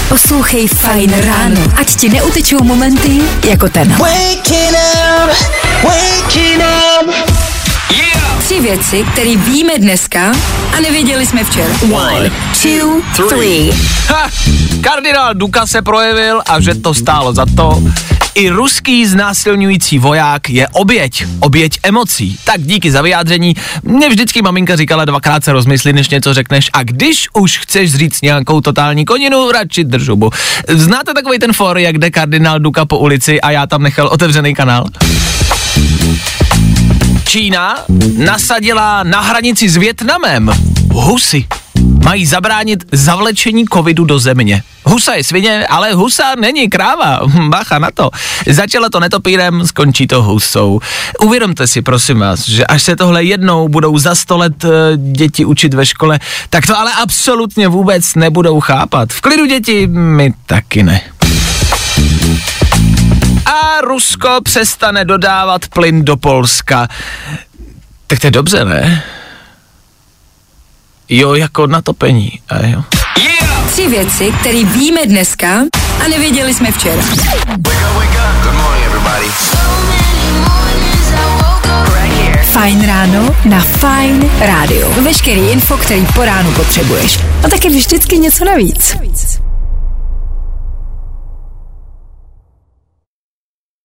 Poslouchej Fajn ráno, ať ti neutečou momenty jako ten. Waking up. 3 věci, které víme dneska a nevěděli jsme včera. 1, 2, 3. Kardinál Duka se projevil a že to stálo za to. I ruský znásilňující voják je oběť emocí. Tak díky za vyjádření. Mě vždycky maminka říkala 2krát se rozmysli, než něco řekneš, a když už chceš říct nějakou totální koninu, radši drž hubu. Znáte takový ten for, jak jde kardinál Duka po ulici a já tam nechal otevřený kanál? Čína nasadila na hranici s Vietnamem husy. Mají zabránit zavlečení covidu do země. Husa je svině, ale husa není kráva. Bacha na to. Začalo to netopírem, skončí to husou. Uvědomte si, prosím vás, že až se tohle jednou budou za 100 let děti učit ve škole, tak to ale absolutně vůbec nebudou chápat. V klidu děti, my taky ne. A Rusko přestane dodávat plyn do Polska. Tak to je dobře, ne? Jo, jako na topení. A jo. 3 věci, které víme dneska a nevěděli jsme včera. Fajn ráno na Fajn rádiu. Veškerý info, který po ránu potřebuješ. A taky vždycky něco navíc.